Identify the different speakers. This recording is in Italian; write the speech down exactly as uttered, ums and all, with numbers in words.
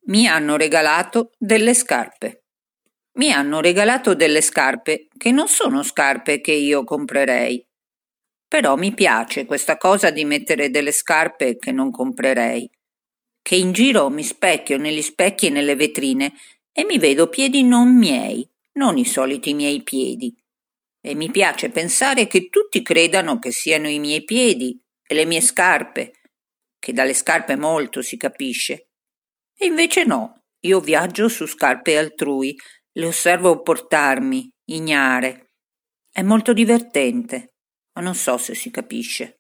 Speaker 1: Mi hanno regalato delle scarpe. Mi hanno regalato delle scarpe che non sono scarpe che io comprerei. Però mi piace questa cosa di mettere delle scarpe che non comprerei. Che in giro mi specchio negli specchi e nelle vetrine e mi vedo piedi non miei, non i soliti miei piedi. E mi piace pensare che tutti credano che siano i miei piedi e le mie scarpe, che dalle scarpe molto si capisce. E invece no, io viaggio su scarpe altrui, le osservo portarmi, ignare. È molto divertente, ma non so se si capisce.